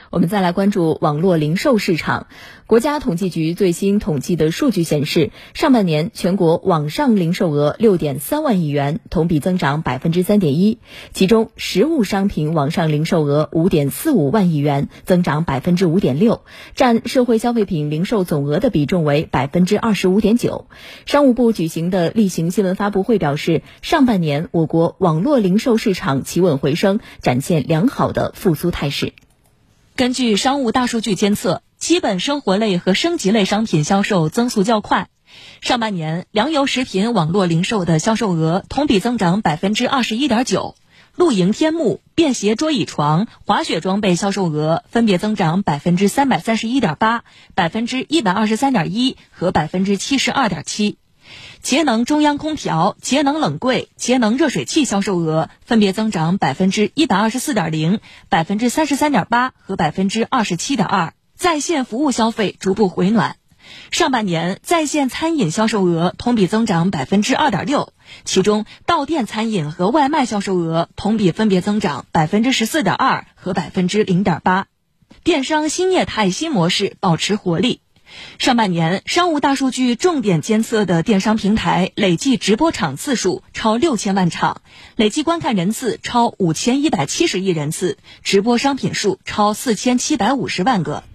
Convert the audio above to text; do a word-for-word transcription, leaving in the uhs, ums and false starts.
我们再来关注网络零售市场。国家统计局最新统计的数据显示，上半年全国网上零售额 六点三万亿元，同比增长 百分之三点一， 其中实物商品网上零售额 五点四五万亿元，增长 百分之五点六， 占社会消费品零售总额的比重为 百分之二十五点九。 商务部举行的例行新闻发布会表示，上半年我国网络零售市场企稳回升，展现良好的复苏态势。 根据商务大数据监测，基本生活类和升级类商品销售增速较快。上半年，粮油食品网络零售的销售额同比增长 百分之二十一点九， 露营天幕、便携桌椅床、滑雪装备销售额分别增长 百分之三百三十一点八、百分之一百二十三点一 和 百分之七十二点七。节能中央空调、节能冷柜、节能热水器销售额分别增长 百分之一百二十四点零、百分之三十三点八 和 百分之二十七点二。在线服务消费逐步回暖。上半年在线餐饮销售额同比增长 百分之二点六， 其中到店餐饮和外卖销售额同比分别增长 百分之十四点二 和 百分之零点八。 电商新业态新模式保持活力。上半年，商务大数据重点监测的电商平台累计直播场次数超六千万场，累计观看人次超五千一百七十亿人次，直播商品数超四千七百五十万个。